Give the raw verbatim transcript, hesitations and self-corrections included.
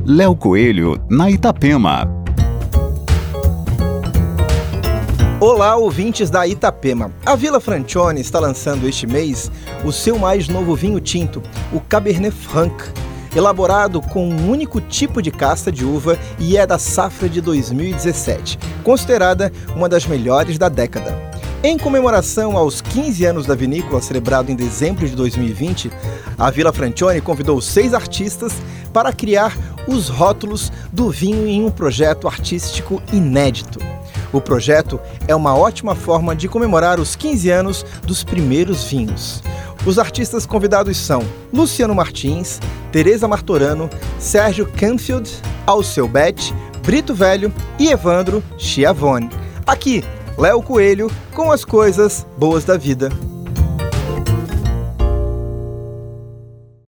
Léo Coelho, na Itapema. Olá, ouvintes da Itapema. A Vila Francione está lançando este mês o seu mais novo vinho tinto, o Cabernet Franc, elaborado com um único tipo de casta de uva e é da safra de dois mil e dezessete, considerada uma das melhores da década. Em comemoração aos quinze anos da vinícola, celebrado em dezembro de dois mil e vinte, a Vila Francione convidou seis artistas para criar os rótulos do vinho em um projeto artístico inédito. O projeto é uma ótima forma de comemorar os quinze anos dos primeiros vinhos. Os artistas convidados são Luciano Martins, Teresa Martorano, Sérgio Canfield, Alceu Beth, Brito Velho e Evandro Schiavone. Aqui, Léo Coelho com as coisas boas da vida.